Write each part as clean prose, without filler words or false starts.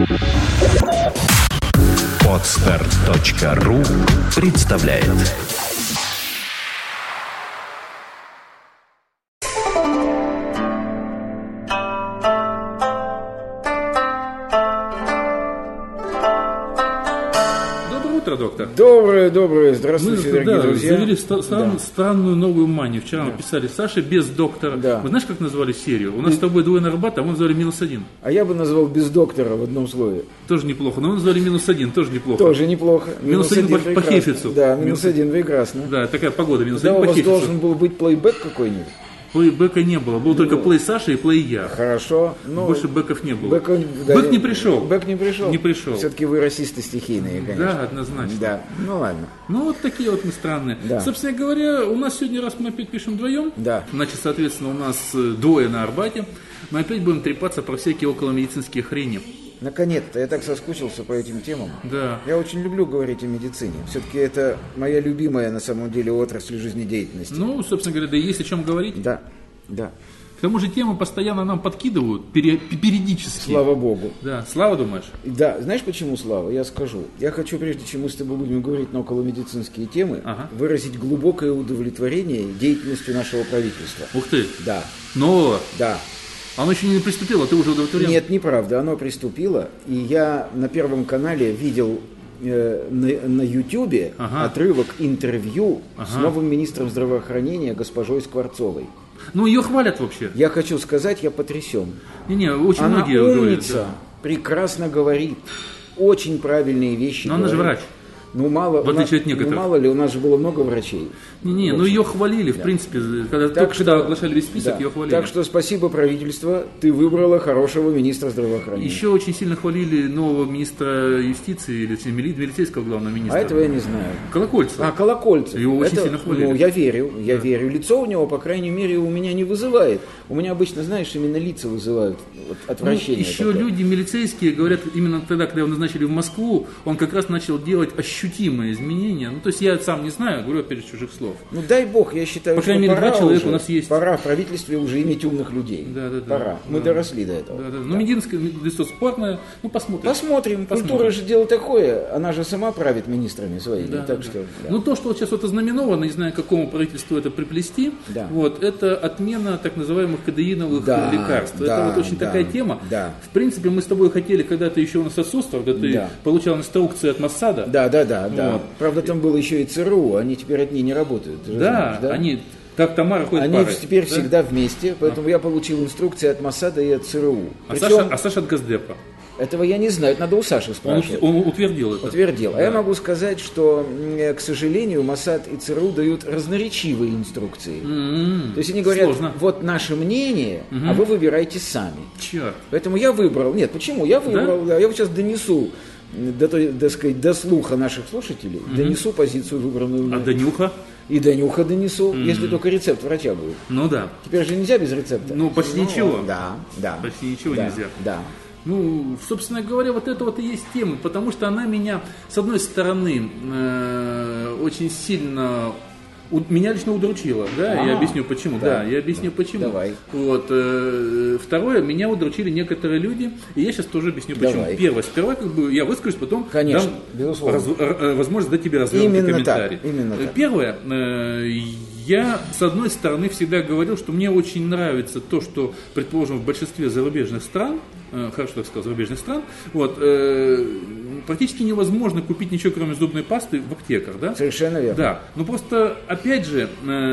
Podster.ru представляет. Доктор. Доброе. Здравствуйте, мы, дорогие друзья. Завели странную новую манию. Вчера мы писали Саша без доктора. Да. Вы знаешь, как назвали серию? У нас с тобой двое на Арбате, а мы назвали -1. А я бы назвал без доктора в одном слове. Тоже неплохо. Но мы назвали -1, тоже неплохо. Тоже неплохо. -1 по Хефицу. Да, -1 прекрасно. Да, такая погода. -1 да, по Хефицу. у вас должен был быть плейбэк какой-нибудь. Плейбека не было. Был только плей Саша и плей я. Хорошо. Больше бэков не было. Бэк не пришел. Бэк не пришел. Не пришел. Все-таки вы расисты стихийные, конечно. Да, однозначно. Да. Ну ладно. Ну вот такие вот мы странные. Да. Собственно говоря, у нас сегодня, раз мы опять пишем вдвоем, да. Значит, соответственно, у нас двое на Арбате, мы опять будем трепаться про всякие околомедицинские хрени. Наконец-то, я так соскучился по этим темам. Да. Я очень люблю говорить о медицине. Все-таки это моя любимая, на самом деле, отрасль жизнедеятельности. Ну, собственно говоря, да и есть о чем говорить. Да. К тому же темы постоянно нам подкидывают, периодически. Слава Богу. Да, Слава, думаешь? Да, знаешь почему Слава? Я скажу. Я хочу, прежде чем мы с тобой будем говорить на околомедицинские темы, выразить глубокое удовлетворение деятельностью нашего правительства. Ух ты. Да. Но... Да. Оно еще не приступило, ты уже удовлетворен? Нет, неправда, оно приступило, и я на Первом канале видел на Ютубе отрывок интервью с новым министром здравоохранения госпожой Скворцовой. Ну, ее хвалят вообще. Я хочу сказать, я потрясен. Очень она многие умница, говорят. Да. прекрасно говорит, очень правильные вещи Но говорит. она же врач. Ну, мало, в отличие от некоторых. Ну, мало ли, у нас же было много врачей. Ну ее хвалили, в принципе, когда только что оглашали весь список, ее хвалили. Так что спасибо, правительство, ты выбрала хорошего министра здравоохранения. Еще очень сильно хвалили нового министра юстиции, или милицейского главного министра. А этого я не знаю. Колокольцева. Колокольцев. Его очень сильно хвалили. Ну, я верю. Лицо у него, по крайней мере, у меня не вызывает. У меня обычно, знаешь, именно лица вызывают отвращение. Еще такое. люди милицейские говорят, именно тогда, когда его назначили в Москву, он как раз начал делать ощутимые изменения. Ну, то есть я сам не знаю, говорю опять же чужих слов. Ну, дай бог, я считаю, по крайней мере, два человека у нас есть. Пора в правительстве уже иметь умных людей. Да. Пора. Мы доросли до этого. Да. Ну, медицинское лицо спорное, ну, посмотрим. Посмотрим. Культура же дело такое, она же сама правит министрами своими. Что, Ну, то, что вот сейчас вот ознаменовано, не знаю, какому правительству это приплести, это отмена так называемых кадеиновых лекарств. Это вот очень такая тема. Да. В принципе, мы с тобой хотели, когда ты еще у нас отсутствовал, когда ты получал инструкции от Моссада. Да. Правда, там было еще и ЦРУ, они теперь одни не работают. Да, они, как Тамара, ходят они парой. Теперь всегда вместе, поэтому я получил инструкции от Моссада и от ЦРУ. А Саша от Госдепа? Этого я не знаю, это надо у Саши спрашивать. Он утвердил это. Утвердил. А я могу сказать, что, к сожалению, Моссад и ЦРУ дают разноречивые инструкции. То есть они говорят, вот наше мнение, а вы выбирайте сами. Черт. Поэтому я выбрал. Нет, почему? Я выбрал, я вот сейчас донесу до слуха наших слушателей, донесу позицию выбранную. А до нюха? И до нюха донесу, если только рецепт врача будет. Ну да. Теперь же нельзя без рецепта. Ну, почти ничего. Да. Почти ничего нельзя. Да. Ну, собственно говоря, вот это вот и есть тема, потому что она меня, с одной стороны, очень сильно... Меня лично удручило, я объясню почему. Я объясню почему. Давай. Вот. Второе, меня удручили некоторые люди, и я сейчас тоже объясню почему. Первое, сперва я выскажусь, потом дам возможность дать тебе развернутый комментарий. Именно так. Первое, я, с одной стороны, всегда говорил, что мне очень нравится то, что, предположим, в большинстве зарубежных стран, хорошо так сказал, зарубежных стран, практически невозможно купить ничего, кроме зубной пасты в аптеках, да? Совершенно верно. Да, но просто, опять же,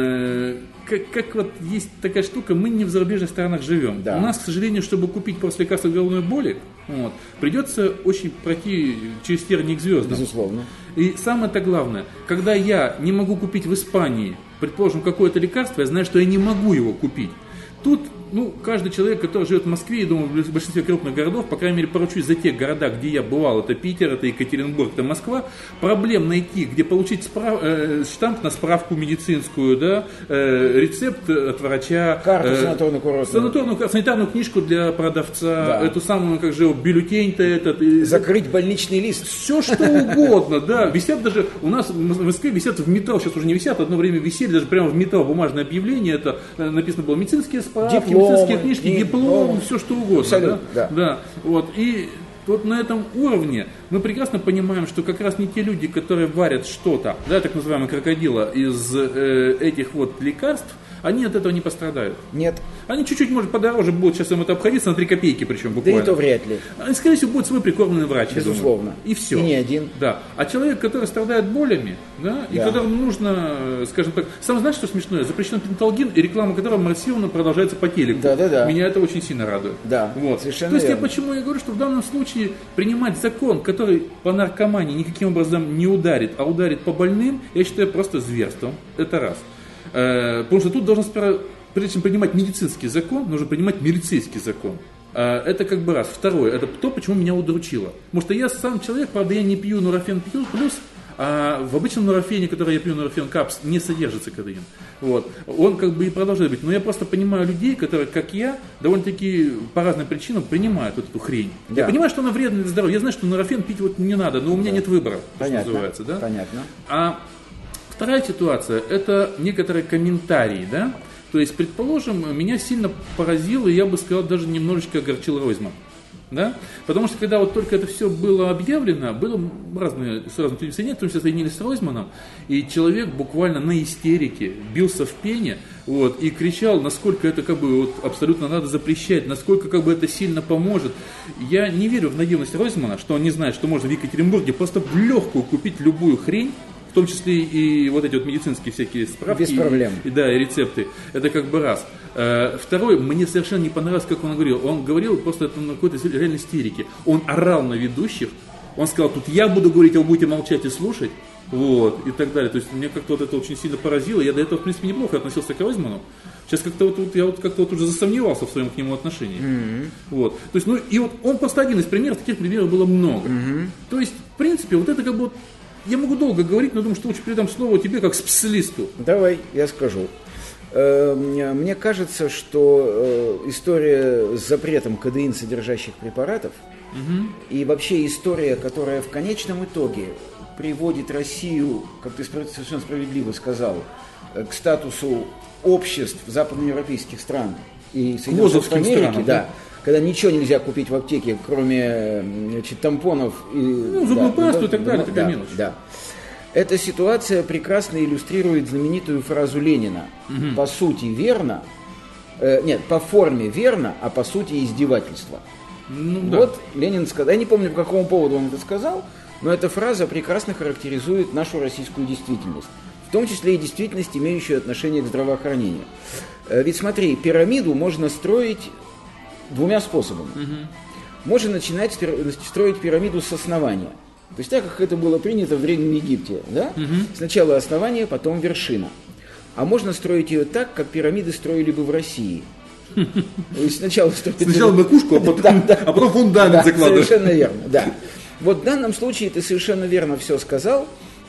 как вот есть такая штука, мы не в зарубежных странах живем. Да. У нас, к сожалению, чтобы купить просто лекарство от головной боли, придется очень пройти через тернии к звездам. Безусловно. И самое-то главное, когда я не могу купить в Испании, предположим, какое-то лекарство, я знаю, что я не могу его купить. Тут, каждый человек, который живет в Москве, и, думаю, в большинстве крупных городов, по крайней мере, поручусь за те города, где я бывал, это Питер, это Екатеринбург, это Москва, проблем найти, где получить штамп на справку медицинскую, рецепт от врача, карту санаторно-курортную, санитарную книжку для продавца, эту самую, бюллетень-то этот. Закрыть больничный лист. Все что угодно, висят даже, у нас в Москве висят в метро, сейчас уже не висят, одно время висели даже прямо в метро бумажное объявление, это написано было медицинские справки, медицинские книжки, диплом, все что угодно. Абсолютно, да. Вот. И то вот на этом уровне мы прекрасно понимаем, что как раз не те люди, которые варят что-то, да, так называемое крокодила, из этих вот лекарств, они от этого не пострадают. Нет. Они чуть-чуть, может, подороже будут сейчас им это обходиться, на 3 копейки причем буквально. Да и то вряд ли. Они, скорее всего, будет свой прикормленный врач. Безусловно. И все. И не один. Да. А человек, который страдает болями, да, и которому нужно, скажем так, сам знаешь, что смешное? Запрещен пенталгин, и реклама которого массивно продолжается по телеку. Да. Меня это очень сильно радует. Да, вот. совершенно То есть верно. почему я говорю, что в данном случае принимать закон, который по наркомании никаким образом не ударит, а ударит по больным, я считаю просто зверством. Это раз. Потому что тут должен сперва, прежде чем принимать медицинский закон, нужно принимать милицейский закон. Это как бы раз. Второе, это то, почему меня удручило. Потому что я сам человек, правда, я не пью нурофен плюс, а в обычном нурофене, который я пью, нурофен капс, не содержится кадеин. Вот. Он как бы и продолжает быть. Но я просто понимаю людей, которые, как я, довольно-таки по разным причинам принимают вот эту хрень. Да. Я понимаю, что она вредна для здоровья. Я знаю, что нурофен пить вот не надо, но у меня нет выбора. Понятно. Что называется, да? Понятно. А вторая ситуация, это некоторые комментарии, да? То есть, предположим, меня сильно поразило, и я бы сказал, даже немножечко огорчил Ройзман. Да? Потому что когда вот только это все было объявлено, было разные людьми соединения, в том числе соединились с Ройзманом, и человек буквально на истерике бился в пене, вот, и кричал, насколько это как бы вот абсолютно надо запрещать, насколько как бы это сильно поможет. Я не верю в наивность Ройзмана, что он не знает, что можно в Екатеринбурге просто в легкую купить любую хрень, в том числе и вот эти вот медицинские всякие справки. Без проблем. И рецепты. Это как бы раз. Второй, мне совершенно не понравилось, как он говорил. Он говорил просто это на какой-то реальной истерике. Он орал на ведущих. Он сказал, тут я буду говорить, а вы будете молчать и слушать. Вот, и так далее. То есть мне как-то вот это очень сильно поразило. Я до этого, в принципе, неплохо относился к Ройзману. Сейчас как-то вот я вот как-то вот уже засомневался в своем к нему отношении. Вот. То есть, ну, и вот он просто один из примеров, таких примеров было много. То есть, в принципе, вот это как бы вот, я могу долго говорить, но думаю, что лучше передам слово тебе как специалисту. Давай, я скажу. Мне кажется, что история с запретом кадеин содержащих препаратов и вообще история, которая в конечном итоге приводит Россию, как ты совершенно справедливо сказал, к статусу обществ западноевропейских стран и Соединенных Штатов Америки, да, когда ничего нельзя купить в аптеке, кроме тампонов и зубную пасту и так далее, такая мелочь. Да. Эта ситуация прекрасно иллюстрирует знаменитую фразу Ленина. По сути верно, по форме верно, а по сути издевательство. Вот Ленин сказал, я не помню, по какому поводу он это сказал, но эта фраза прекрасно характеризует нашу российскую действительность. В том числе и действительность, имеющую отношение к здравоохранению. Ведь смотри, пирамиду можно строить двумя способами. Можно начинать строить пирамиду с основания. То есть так, как это было принято в Древнем Египте. Да? Сначала основание, потом вершина. А можно строить ее так, как пирамиды строили бы в России. То есть сначала макушку, а потом фундамент закладывать. Совершенно верно, да. Вот в данном случае ты совершенно верно все сказал.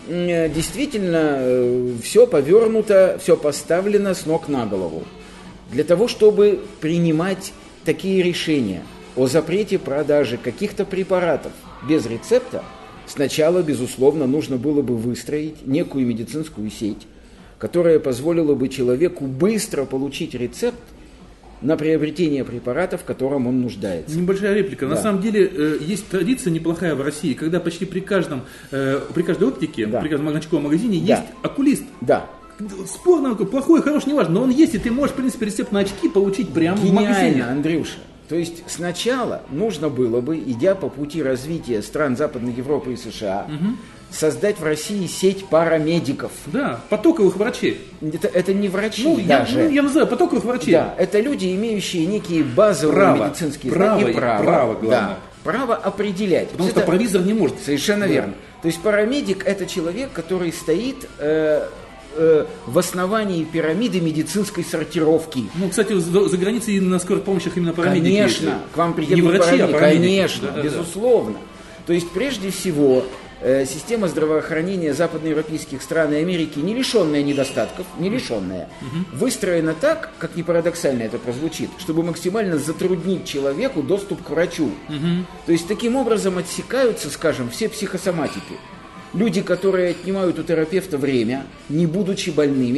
Действительно, все повернуто, все поставлено с ног на голову. Для того, чтобы принимать такие решения о запрете продажи каких-то препаратов без рецепта, сначала, безусловно, нужно было бы выстроить некую медицинскую сеть, которая позволила бы человеку быстро получить рецепт на приобретение препарата, в котором он нуждается. Небольшая реплика. Да. На самом деле есть традиция неплохая в России, когда почти при каждой оптике, при каждом магнитном магазине есть окулист. Да. Спорно, плохой, хороший, неважно, но он есть, и ты можешь, в принципе, рецепт на очки получить прямо в магазине. Гениально, Андрюша. То есть сначала нужно было бы, идя по пути развития стран Западной Европы и США, создать в России сеть парамедиков. Да, потоковых врачей. Это не врачи даже. Я называю потоковых врачей. Да, это люди, имеющие некие базовые медицинские знания. Право, главное. Да, право определять. Потому что провизор не может. Совершенно верно. То есть парамедик – это человек, который стоит в основании пирамиды медицинской сортировки. Ну, кстати, за границей на скорых помощях именно парамедики. Конечно, к вам приедут парамедики. Конечно, безусловно. То есть, прежде всего, система здравоохранения западноевропейских стран и Америки, не лишенная недостатков, выстроена так, как ни парадоксально это прозвучит, чтобы максимально затруднить человеку доступ к врачу. То есть, таким образом отсекаются, скажем, все психосоматики. Люди, которые отнимают у терапевта время, не будучи больными,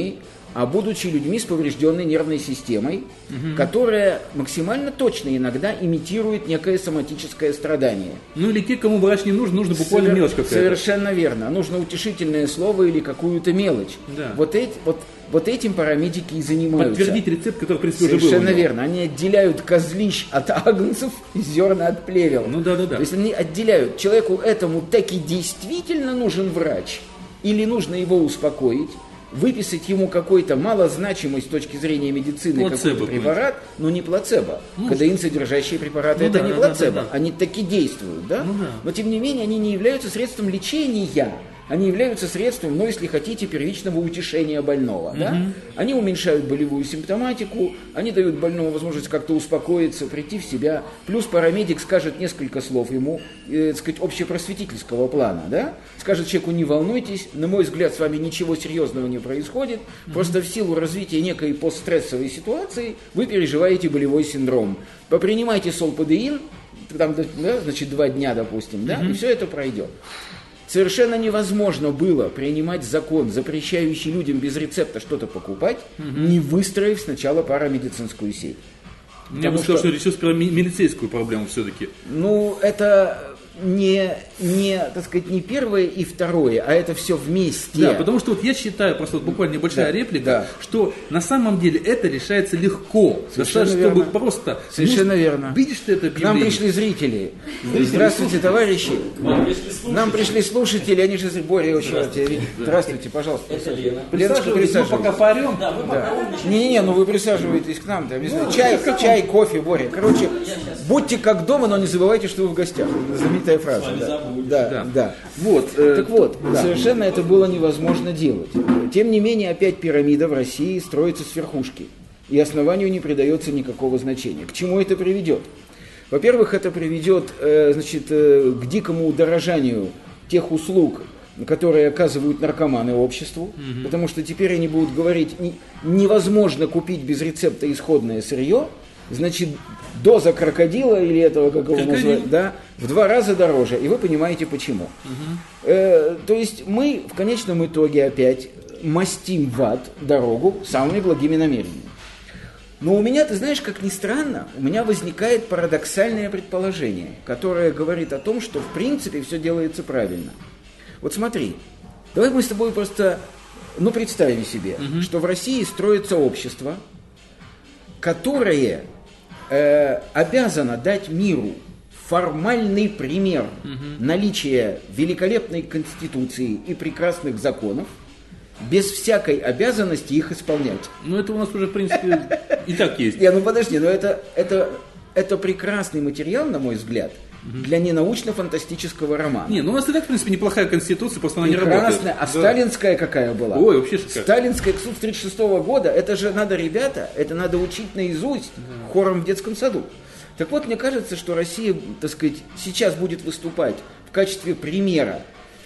а будучи людьми с поврежденной нервной системой, которая максимально точно иногда имитирует некое соматическое страдание. Ну или те, кому врач не нужен, нужно буквально мелочь какая-то. Совершенно верно. Нужно утешительное слово или какую-то мелочь. Да. Вот этим парамедики и занимаются. Подтвердить рецепт, который, в принципе, уже был. Совершенно верно. Они отделяют козлищ от агнцев и зерна от плевел. Ну да. То есть они отделяют. Человеку этому таки действительно нужен врач. Или нужно его успокоить, выписать ему какой-то малозначимый с точки зрения медицины какой-то препарат, но не плацебо. Кодеин содержащие препараты это не плацебо, они таки действуют, да? Но тем не менее они не являются средством лечения. Они являются средством, ну, если хотите, первичного утешения больного. Да? Они уменьшают болевую симптоматику, они дают больному возможность как-то успокоиться, прийти в себя. Плюс парамедик скажет несколько слов ему, так сказать, общепросветительского плана. Да? Скажет человеку: не волнуйтесь, на мой взгляд, с вами ничего серьезного не происходит, просто в силу развития некой постстрессовой ситуации вы переживаете болевой синдром. Попринимайте солпадеин, там, да, значит, 2 дня, допустим, да, и все это пройдет. Совершенно невозможно было принимать закон, запрещающий людям без рецепта что-то покупать, не выстроив сначала парамедицинскую сеть. Я бы сказал, что речь про милицейскую проблему все-таки. Ну, это не, так сказать, не первое и второе, а это все вместе. Да, потому что вот я считаю, просто вот буквально небольшая реплика, что на самом деле это решается легко. Достаточно, чтобы просто... Совершенно верно. Видишь ты это объявление? К нам пришли зрители. Здравствуйте, товарищи. Нам пришли слушатели, они же... Боря, очень рад тебя видеть. Здравствуйте, пожалуйста. Это Лена. Леночка, присаживайтесь. Пока поорем. Да, вы пока умничаете. Не-не-не, ну вы присаживаетесь к нам. Чай, кофе, Боря. Короче, будьте как дома, но не забывайте, что вы в гостях. Знаменитая фраза. Да. Вот. Так вот, совершенно это было невозможно делать. Тем не менее, опять пирамида в России строится с верхушки. И основанию не придается никакого значения. К чему это приведет? Во-первых, это приведет, к дикому удорожанию тех услуг, которые оказывают наркоманы обществу, потому что теперь они будут говорить: невозможно купить без рецепта исходное сырье, значит, доза крокодила или этого, как его называют, да, в 2 раза дороже. И вы понимаете, почему. То есть мы в конечном итоге опять мастим в ад дорогу самыми благими намерениями. Но у меня, ты знаешь, как ни странно, у меня возникает парадоксальное предположение, которое говорит о том, что в принципе все делается правильно. Вот смотри, давай мы с тобой просто, представим себе, что в России строится общество, которое обязано дать миру формальный пример наличия великолепной конституции и прекрасных законов, без всякой обязанности их исполнять. Ну, это у нас уже, в принципе, и так есть. Подожди, это прекрасный материал, на мой взгляд, для ненаучно-фантастического романа. У нас и так, в принципе, неплохая конституция, просто она не работает. Прекрасная. А сталинская какая была? Ой, вообще шикарно. Сталинская, с 1936 года, это же надо, ребята, это надо учить наизусть хором в детском саду. Так вот, мне кажется, что Россия, так сказать, сейчас будет выступать в качестве примера,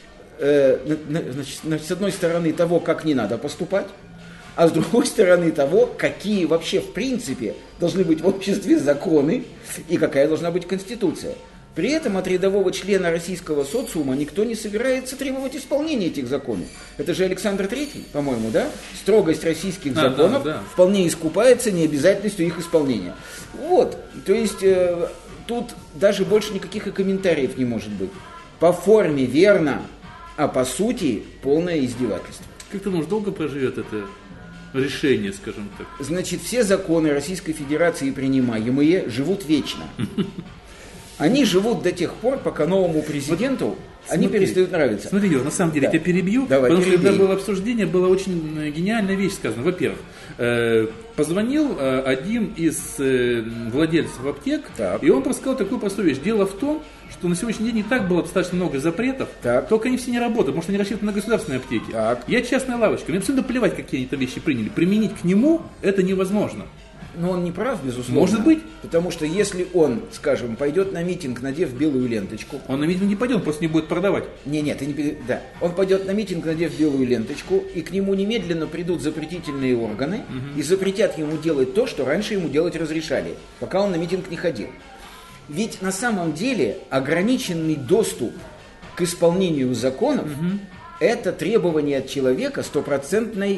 с одной стороны, того, как не надо поступать, а с другой стороны того, какие вообще в принципе должны быть в обществе законы и какая должна быть конституция. При этом от рядового члена российского социума никто не собирается требовать исполнения этих законов. Это же Александр III, по-моему, да? Строгость российских законов вполне искупается необязательностью их исполнения. Вот, то есть тут даже больше никаких и комментариев не может быть. По форме верно, а по сути полное издевательство. Как ты думаешь, долго проживет это решение, скажем так? Значит, все законы Российской Федерации принимаемые живут вечно. Они живут до тех пор, пока новому президенту они перестают нравиться. Смотри, Юр, на самом деле, я тебя перебью, потому что когда было обсуждение, была очень гениальная вещь сказана. Во-первых, позвонил один из владельцев аптек, и он просто сказал такую простую вещь. Дело в том, что на сегодняшний день не так было достаточно много запретов, только они все не работают, потому что они рассчитаны на государственные аптеки. Я частная лавочка, мне абсолютно плевать, какие они там вещи приняли. Применить к нему это невозможно. Но он не прав, безусловно. Может быть. Потому что если он, скажем, пойдет на митинг, надев белую ленточку... Он на митинг не пойдет, он просто не будет продавать. Да. Он пойдет на митинг, надев белую ленточку, и к нему немедленно придут запретительные органы и запретят ему делать то, что раньше ему делать разрешали, пока он на митинг не ходил. Ведь на самом деле ограниченный доступ к исполнению законов это требование от человека стопроцентной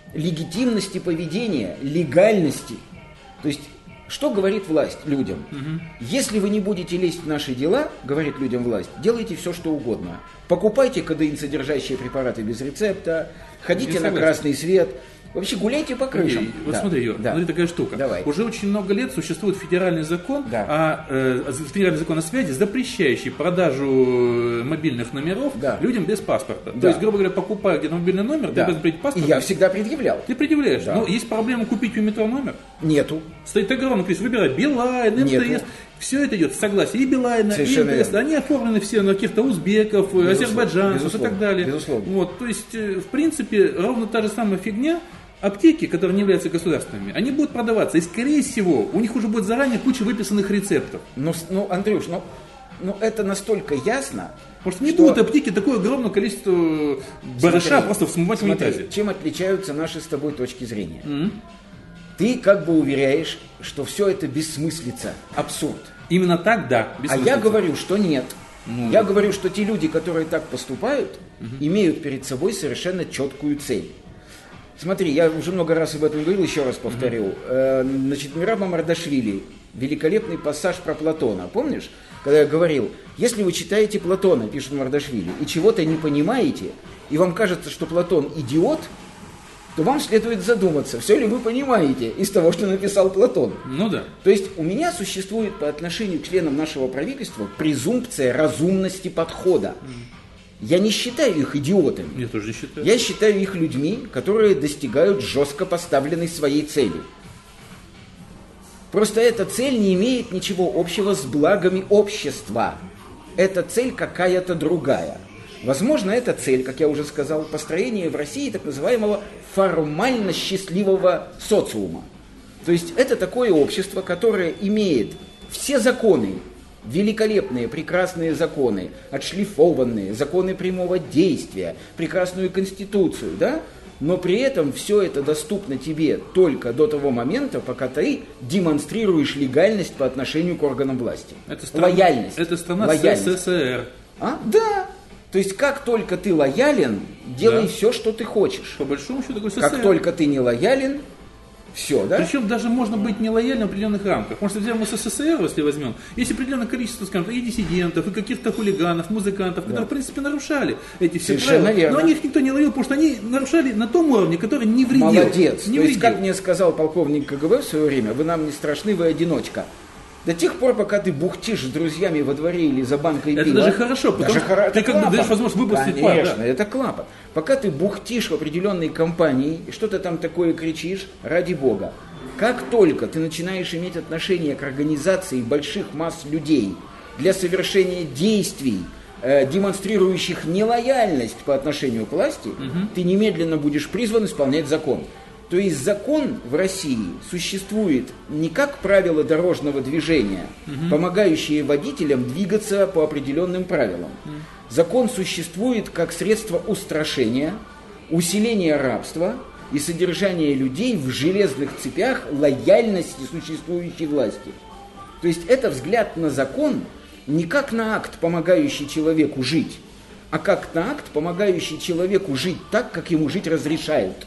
легитимности поведения, легальности. То есть, что говорит власть людям? Если вы не будете лезть в наши дела, говорит людям власть, делайте все, что угодно. Покупайте кодеин-содержащие препараты без рецепта, ходите на красный свет. Вообще гуляйте по крышам. Вот смотри, Юр, смотри, такая штука. Давай. Уже очень много лет существует федеральный закон, федеральный закон о связи, запрещающий продажу мобильных номеров людям без паспорта. То есть, грубо говоря, покупая где-то мобильный номер, ты должен предъявить паспорт. Я всегда предъявлял. Ты предъявляешь. Но есть проблема купить у метро номер? Нету. Стоит огромный количество. Выбирай Билайн, МТС. Все это идет в согласии и Билайна, и МТС. Они оформлены все на каких-то узбеков, азербайджанцев и так далее. Безусловно. Вот, то есть, в принципе, ровно та же самая фигня. Аптеки, которые не являются государственными, они будут продаваться, и, скорее всего, у них уже будет заранее куча выписанных рецептов. Андрюш, это настолько ясно. Потому что не будут аптеки такое огромное количество барыша просто в смывательном унитазе. Чем отличаются наши с тобой точки зрения? Ты как бы уверяешь, что все это бессмыслица, абсурд. Именно так, да. А я говорю, что нет. Я говорю, что те люди, которые так поступают, имеют перед собой совершенно четкую цель. Смотри, я уже много раз об этом говорил, еще раз повторю. Значит, Мераб Мамардашвили, великолепный пассаж про Платона, помнишь? Когда я говорил, если вы читаете Платона, пишет Мардашвили, и чего-то не понимаете, и вам кажется, что Платон идиот, то вам следует задуматься, все ли вы понимаете из того, что написал Платон. Ну да. То есть у меня существует по отношению к членам нашего правительства презумпция разумности подхода. Я не считаю их идиотами. Я тоже не считаю. Я считаю их людьми, которые достигают жестко поставленной своей цели. Просто эта цель не имеет ничего общего с благами общества. Эта цель какая-то другая. Возможно, эта цель, как я уже сказал, построение в России так называемого формально счастливого социума. То есть это такое общество, которое имеет все законы, великолепные, прекрасные законы, отшлифованные, законы прямого действия, прекрасную конституцию, да? Но при этом все это доступно тебе только до того момента, пока ты демонстрируешь легальность по отношению к органам власти. Лояльность. Это страна СССР. Да. То есть как только ты лоялен, делай все, что ты хочешь. По большому счету такой СССР. Как только ты не лоялен, все, да? Причем даже можно быть нелояльным в определенных рамках. Потому что взял мы СССР, если возьмем, есть определенное количество, скажем, и диссидентов, и каких-то хулиганов, музыкантов, которые, в принципе, нарушали эти все правила. Верно. Но о них никто не ловил, потому что они нарушали на том уровне, который не вредил. Молодец. То есть, как мне сказал полковник КГБ в свое время, вы нам не страшны, вы одиночка. До тех пор, пока ты бухтишь с друзьями во дворе или за банкой пива. Это даже хорошо, потому что ты как бы даешь возможность выбросить пар. Конечно, это клапан. Пока ты бухтишь в определенной компании, и что-то там такое кричишь, ради бога. Как только ты начинаешь иметь отношение к организации больших масс людей для совершения действий, демонстрирующих нелояльность по отношению к власти, ты немедленно будешь призван исполнять закон. То есть закон в России существует не как правило дорожного движения, помогающие водителям двигаться по определенным правилам. Закон существует как средство устрашения, усиления рабства и содержания людей в железных цепях лояльности существующей власти. То есть это взгляд на закон не как на акт, помогающий человеку жить, а как на акт, помогающий человеку жить так, как ему жить разрешают.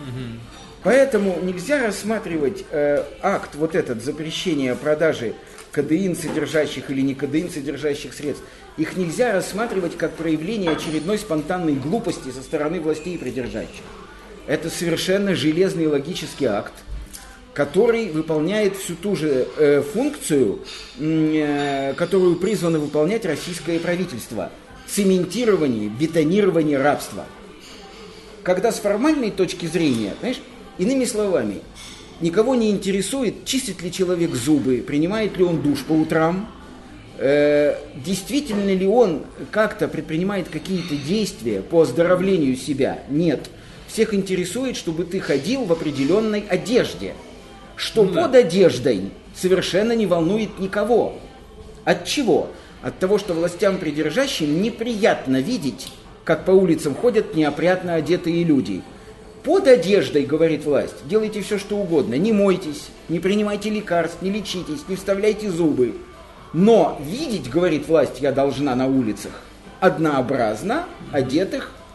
Поэтому нельзя рассматривать акт вот этот запрещения продажи кодеин содержащих или не кодеин содержащих средств. Их нельзя рассматривать как проявление очередной спонтанной глупости со стороны властей придержащих. Это совершенно железный логический акт, который выполняет всю ту же функцию, которую призвано выполнять российское правительство. Цементирование, бетонирование рабства. Когда с формальной точки зрения, знаешь, иными словами, никого не интересует, чистит ли человек зубы, принимает ли он душ по утрам, действительно ли он как-то предпринимает какие-то действия по оздоровлению себя. Нет. Всех интересует, чтобы ты ходил в определенной одежде. Что под одеждой совершенно не волнует никого. От чего? От того, что властям придержащим неприятно видеть, как по улицам ходят неопрятно одетые люди. Под одеждой, говорит власть, делайте все, что угодно. Не мойтесь, не принимайте лекарств, не лечитесь, не вставляйте зубы. Но видеть, говорит власть, я должна на улицах однообразно одетых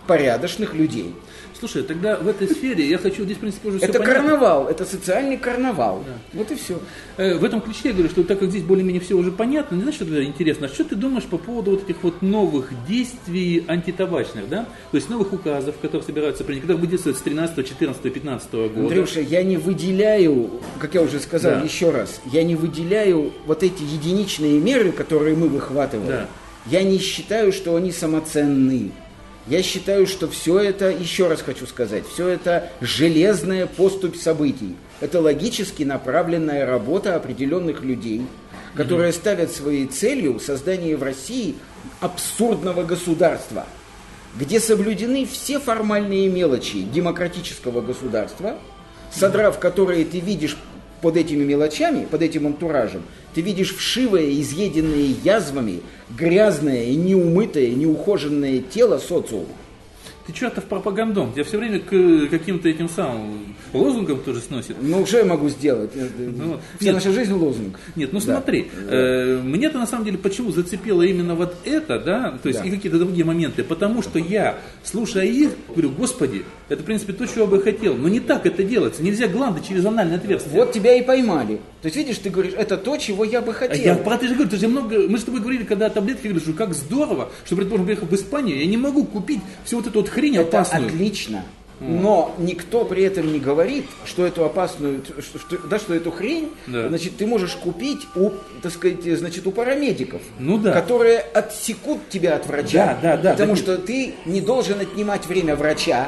порядочных людей. Слушай, тогда в этой сфере я хочу, здесь, в принципе, уже все Это понятно. карнавал, это социальный карнавал. Да. Вот и все. В этом ключе я говорю, что так как здесь более-менее все уже понятно, не знаешь, что тогда интересно, что ты думаешь по поводу вот этих вот новых действий антитабачных, да? То есть новых указов, которые собираются принять, которые будут действовать с 13, 14, 15 года. Андрюша, я не выделяю, как я уже сказал еще раз, я не выделяю вот эти единичные меры, которые мы выхватываем. Да. Я не считаю, что они самоценны. Я считаю, что все это, еще раз хочу сказать, все это железная поступь событий. Это логически направленная работа определенных людей, которые ставят своей целью создание в России абсурдного государства, где соблюдены все формальные мелочи демократического государства, содрав которые ты видишь под этими мелочами, под этим антуражем, ты видишь вшивое, изъеденное язвами, грязное, неумытое, неухоженное тело социума. Ты что-то в пропагандом, тебя все время к каким-то этим самым лозунгам тоже сносит. Ну, что я могу сделать? Вся наша жизнь лозунг. Нет, ну смотри, мне-то на самом деле почему зацепило именно вот это, да, то есть и какие-то другие моменты, потому что я, слушая их, говорю, господи, это в принципе то, чего я бы хотел, но не так это делается, нельзя гланды через анальное отверстие. Вот тебя и поймали. То есть, видишь, ты говоришь, это то, чего я бы хотел. Я про это же говорю, мы с тобой говорили, когда таблетки, говорю, что как здорово, что, предположим, приехал в Испанию, я не могу купить всю вот эту вот хрень опасную. Это отлично. Но никто при этом не говорит, что эту опасную, что эту хрень, значит, ты можешь купить так сказать, значит, у парамедиков, которые отсекут тебя от врача, потому что ты не должен отнимать время врача,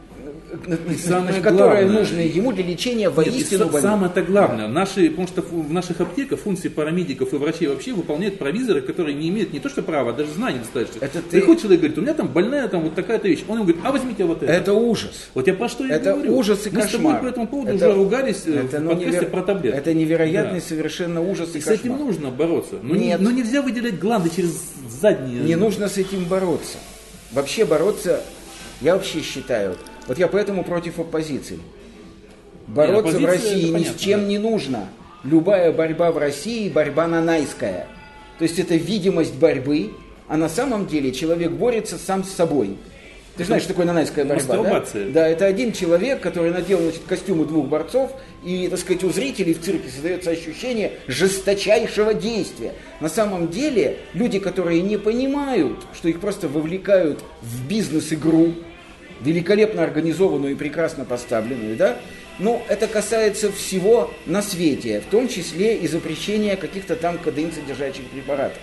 которое нужно ему для лечения воистину больных. Самое-то главное, потому что в наших аптеках функции парамедиков и врачей вообще выполняют провизоры, которые не имеют не то что права, а даже знаний достаточно. Приходит человек, говорит, у меня там больная там вот такая-то вещь. Он ему говорит, а возьмите вот это. Это ужас. Вот я про что я говорю. Это ужас и кошмар. Мы с тобой по этому поводу уже ругались в подкасте про таблетки. Это невероятный совершенно ужас и кошмар. С этим нужно бороться. Но нельзя выделять гланды через задние. Не нужно с этим бороться. Вообще бороться, я вообще считаю... Вот я поэтому против оппозиции. Бороться в России ни с чем не нужно. Любая борьба в России – борьба нанайская. То есть это видимость борьбы, а на самом деле человек борется сам с собой. Ты знаешь, что такое нанайская борьба, да? Да, это один человек, который надел, значит, костюмы двух борцов, и, так сказать, у зрителей в цирке создается ощущение жесточайшего действия. На самом деле люди, которые не понимают, что их просто вовлекают в бизнес-игру, великолепно организованную и прекрасно поставленную, да? Но это касается всего на свете, в том числе и запрещения каких-то там кодеин содержащих препаратов.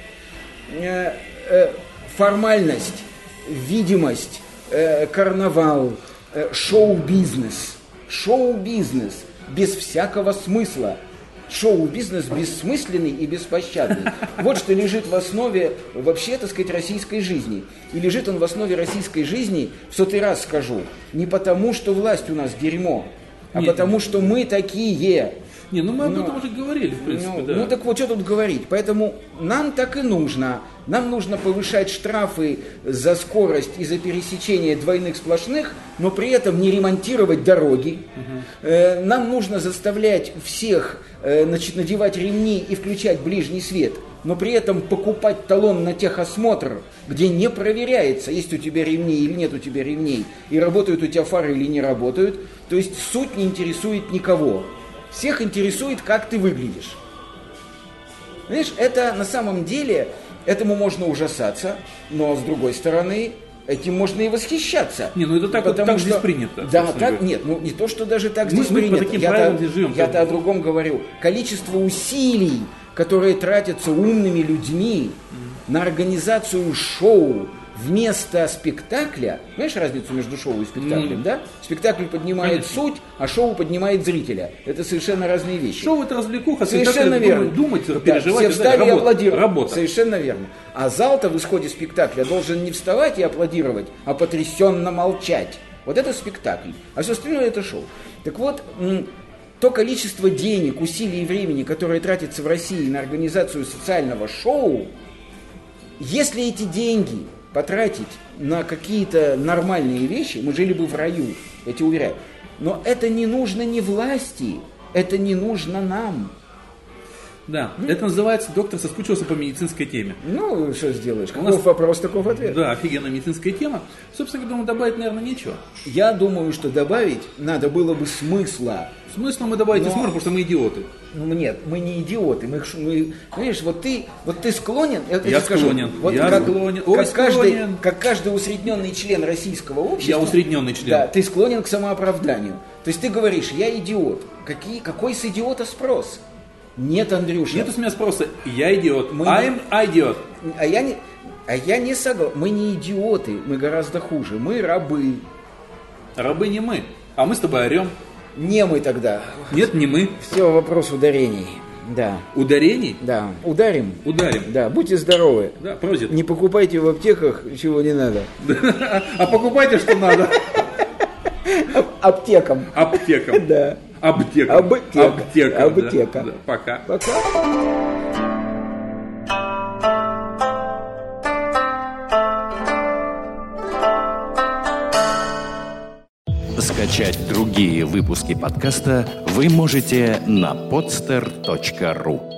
Формальность, видимость, карнавал, шоу-бизнес. Шоу-бизнес без всякого смысла. Шоу-бизнес бессмысленный и беспощадный. Вот что лежит в основе вообще, так сказать, российской жизни. И лежит он в основе российской жизни, в сотый раз скажу, не потому, что власть у нас дерьмо, а потому, что мы такие. Не, мы об этом уже говорили, в принципе, да. Ну так вот, что тут говорить. Поэтому нам так и нужно. Нам нужно повышать штрафы за скорость и за пересечение двойных сплошных, но при этом не ремонтировать дороги. Нам нужно заставлять всех, значит, надевать ремни и включать ближний свет, но при этом покупать талон на техосмотр, где не проверяется, есть у тебя ремни или нет у тебя ремней, и работают у тебя фары или не работают. То есть суть не интересует никого. Всех интересует, как ты выглядишь. Видишь, это на самом деле, этому можно ужасаться, но с другой стороны, этим можно и восхищаться. Не, ну это так, вот, так здесь принято. Да, так, нет, ну не то, что даже так здесь принято. Я-то о другом говорю. Количество усилий, которые тратятся умными людьми на организацию шоу, вместо спектакля, знаешь разницу между шоу и спектаклем, да? Спектакль поднимает суть, а шоу поднимает зрителя. Это совершенно разные вещи. Шоу это развлекуха, совершенно верно. Думать, переживать. Все встали и аплодировали. Совершенно верно. А зал-то в исходе спектакля должен не вставать и аплодировать, а потрясенно молчать. Вот это спектакль. А все остальное это шоу. Так вот, то количество денег, усилий и времени, которое тратится в России на организацию социального шоу, если эти деньги потратить на какие-то нормальные вещи, мы жили бы в раю, я тебе уверяю. Но это не нужно ни власти, это не нужно нам. Да, это называется «Доктор соскучился по медицинской теме». Ну, что сделаешь? Каков вопрос, таков ответ. Да, офигенная медицинская тема. Собственно, я думаю, добавить, наверное, нечего. Я думаю, что добавить надо было бы смысла. Смысла мы добавить не сможем, потому что мы идиоты. Ну нет, мы не идиоты. Понимаешь, вот ты склонен. Я склонен. Вот я склонен. Как каждый усредненный член российского общества. Я усредненный член. Да, ты склонен к самооправданию. То есть ты говоришь, я идиот. Какой с идиота спрос? Нет, Андрюша. Нету с меня спроса. Я идиот. I'm идиот. А я не согласен. Мы не идиоты, мы гораздо хуже. Мы рабы. Рабы не мы. А мы с тобой орем. Не мы тогда. Нет, не мы. Все, вопрос ударений. Да. Ударений? Да. Ударим? Ударим. Да, будьте здоровы. Да, прозит. Не покупайте в аптеках, чего не надо. А покупайте, что надо. Аптекам. Аптекам. Да. Аптека. Аптека. Да. Пока. Скачать другие выпуски подкаста вы можете на podster.ru.